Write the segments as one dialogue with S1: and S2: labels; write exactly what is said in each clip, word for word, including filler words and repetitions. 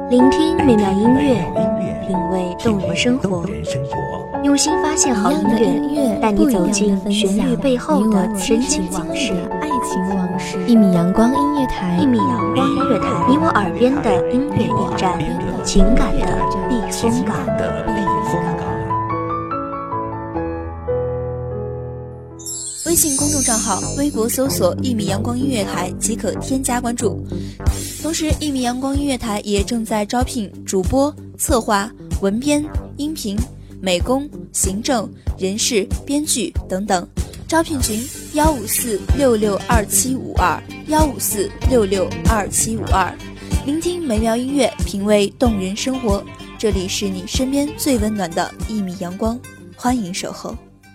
S1: 聆听美妙音乐，品味动人生活，用心发现好音乐，带你走进旋律背后的深情往事。
S2: 爱情往事，一米阳光音乐台，
S1: 一米阳光音乐台，你我耳边的音乐驿站，情感的避风港。
S3: 微信公众账号、微博搜索“一米阳光音乐台”即可添加关注。同时，一米阳光音乐台也正在招聘主播、策划、文编、音频、美工、行政、人事、编剧等等。招聘群：幺五四六六二七五二幺五四六六二七五二。聆听美妙音乐，品味动人生活。这里是你身边最温暖的一米阳光，欢迎守候。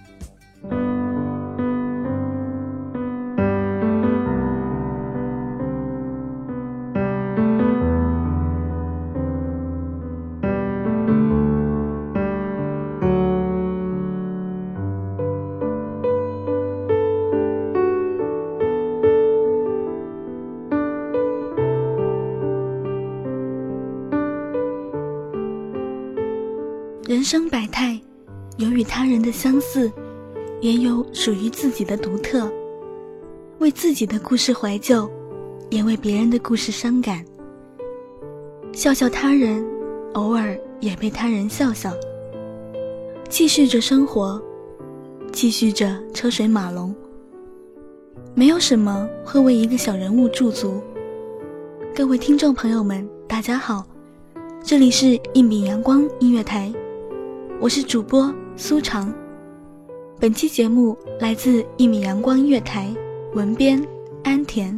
S4: 人生百态，有与他人的相似，也有属于自己的独特。为自己的故事怀旧，也为别人的故事伤感。笑笑他人，偶尔也被他人笑笑。继续着生活，继续着车水马龙。没有什么会为一个小人物驻足。各位听众朋友们，大家好，这里是一米阳光音乐台，我是主播苏长。本期节目来自一米阳光音乐台，文编安田。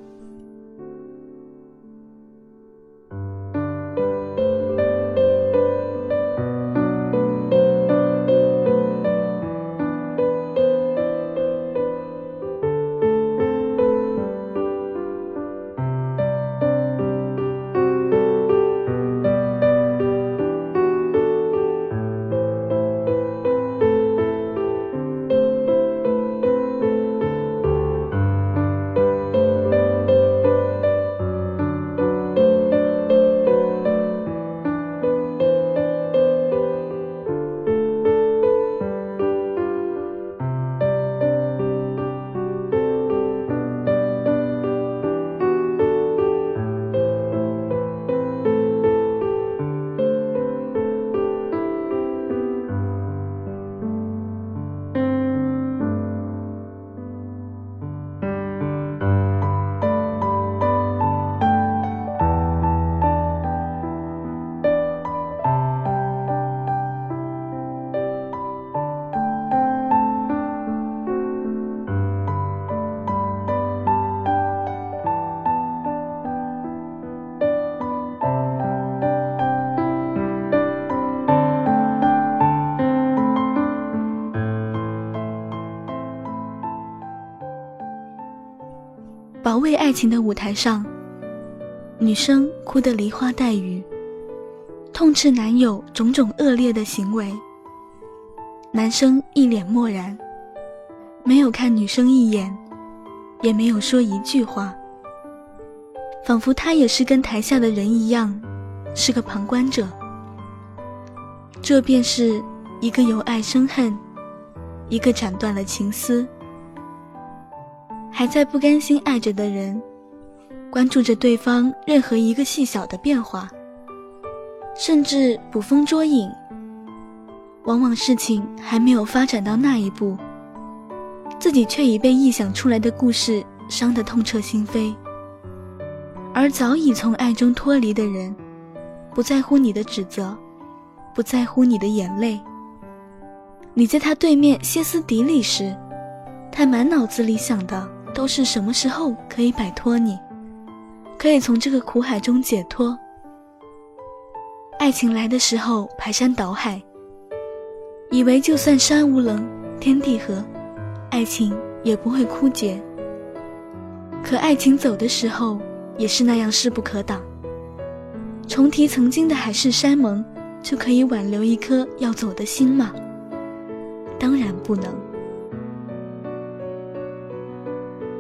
S4: 保卫爱情的舞台上，女生哭得梨花带雨，痛斥男友种种恶劣的行为。男生一脸漠然，没有看女生一眼，也没有说一句话，仿佛他也是跟台下的人一样，是个旁观者。这便是一个由爱生恨，一个斩断了情丝。还在不甘心爱着的人，关注着对方任何一个细小的变化，甚至捕风捉影。往往事情还没有发展到那一步，自己却已被臆想出来的故事伤得痛彻心扉。而早已从爱中脱离的人，不在乎你的指责，不在乎你的眼泪。你在他对面歇斯底里时，他满脑子里想的都是什么时候可以摆脱你，可以从这个苦海中解脱。爱情来的时候排山倒海，以为就算山无棱，天地合，爱情也不会枯竭。可爱情走的时候，也是那样势不可挡。重提曾经的海誓山盟，就可以挽留一颗要走的心吗？当然不能。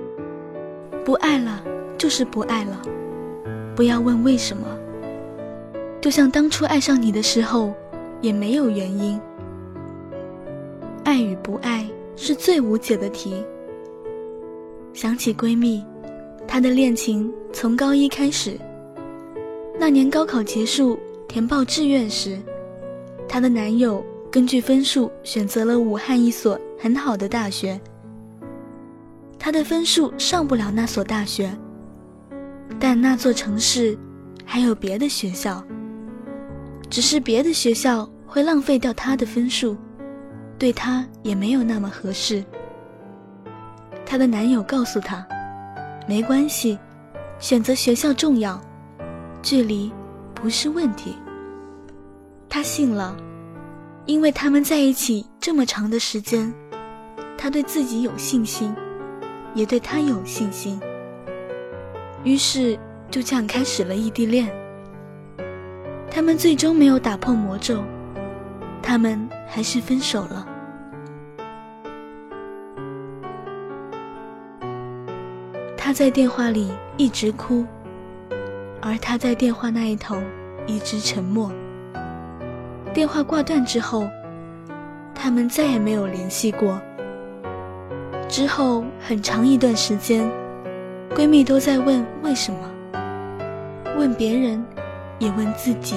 S4: 不爱了就是不爱了，不要问为什么， 就像当初爱上你的时候也没有原因。爱与不爱是最无解的题。想起闺蜜，她的恋情从高一开始。那年高考结束填报志愿时，她的男友根据分数选择了武汉一所很好的大学。她的分数上不了那所大学，但那座城市还有别的学校，只是别的学校会浪费掉她的分数，对她也没有那么合适。她的男友告诉她，没关系，选择学校重要，距离不是问题。她信了，因为他们在一起这么长的时间，她对自己有信心，也对他有信心。于是就这样开始了异地恋。他们最终没有打破魔咒，他们还是分手了。他在电话里一直哭，而他在电话那一头一直沉默。电话挂断之后，他们再也没有联系过。之后很长一段时间，闺蜜都在问为什么，问别人也问自己，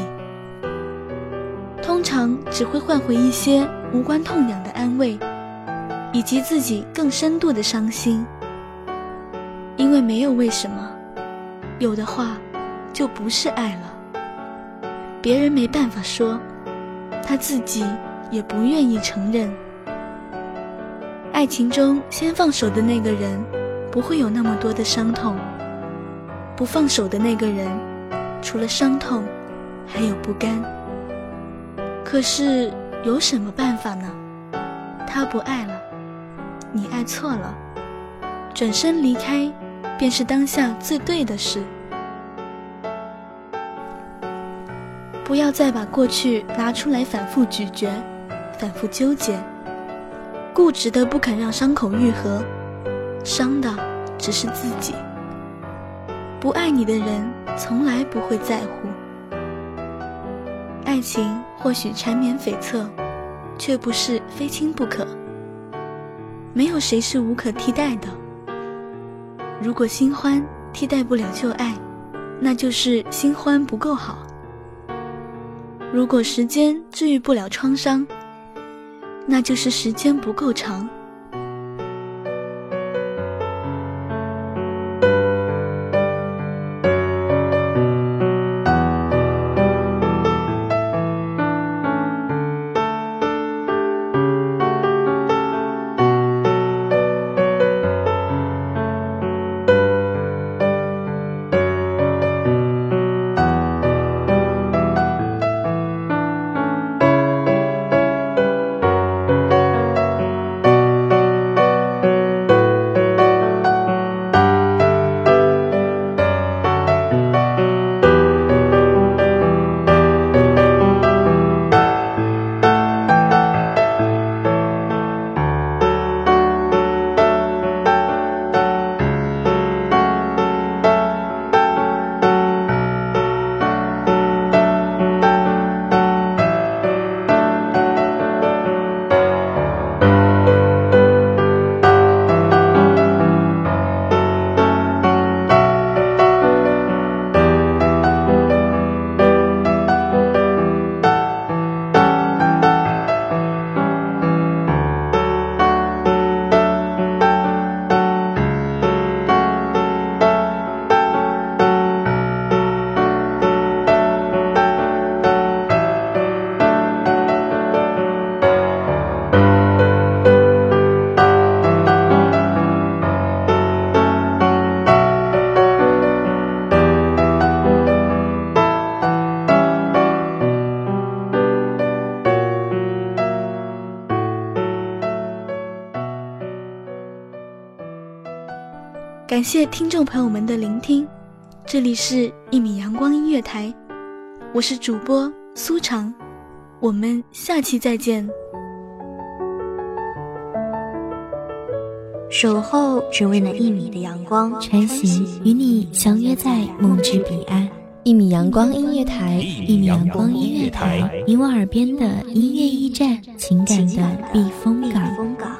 S4: 通常只会换回一些无关痛痒的安慰，以及自己更深度的伤心。因为没有为什么，有的话就不是爱了。别人没办法说，他自己也不愿意承认。爱情中先放手的那个人不会有那么多的伤痛，不放手的那个人除了伤痛还有不甘。可是有什么办法呢？他不爱了，你爱错了，转身离开便是当下最对的事。不要再把过去拿出来反复咀嚼，反复纠结，固执的不肯让伤口愈合，伤的只是自己。不爱你的人从来不会在乎。爱情或许缠绵悱恻，却不是非亲不可。没有谁是无可替代的。如果新欢替代不了旧爱，那就是新欢不够好。如果时间治愈不了创伤，那就是时间不够长。感谢听众朋友们的聆听，这里是一米阳光音乐台，我是主播苏长，我们下期再见。
S1: 守候只为那一米的阳光，
S2: 晨曦与你相约在梦之彼岸。 一米阳光音乐台，一米阳光音乐台，你我耳边的音乐驿站，情感的避风港。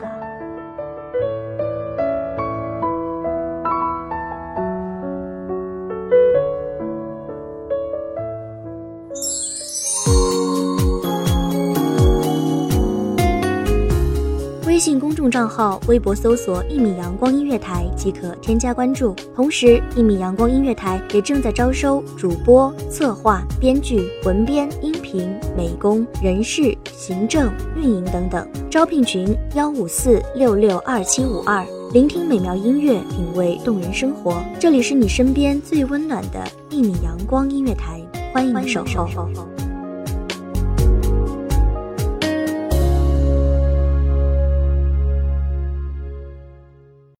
S1: 微信公众账号、微博搜索一米阳光音乐台即可添加关注。同时，一米阳光音乐台也正在招收主播、策划、编剧、文编、音频、美工、人事、行政、运营等等。招聘群：幺五四六六二七五二。聆听美妙音乐，品味动人生活。这里是你身边最温暖的一米阳光音乐台，欢迎你守候。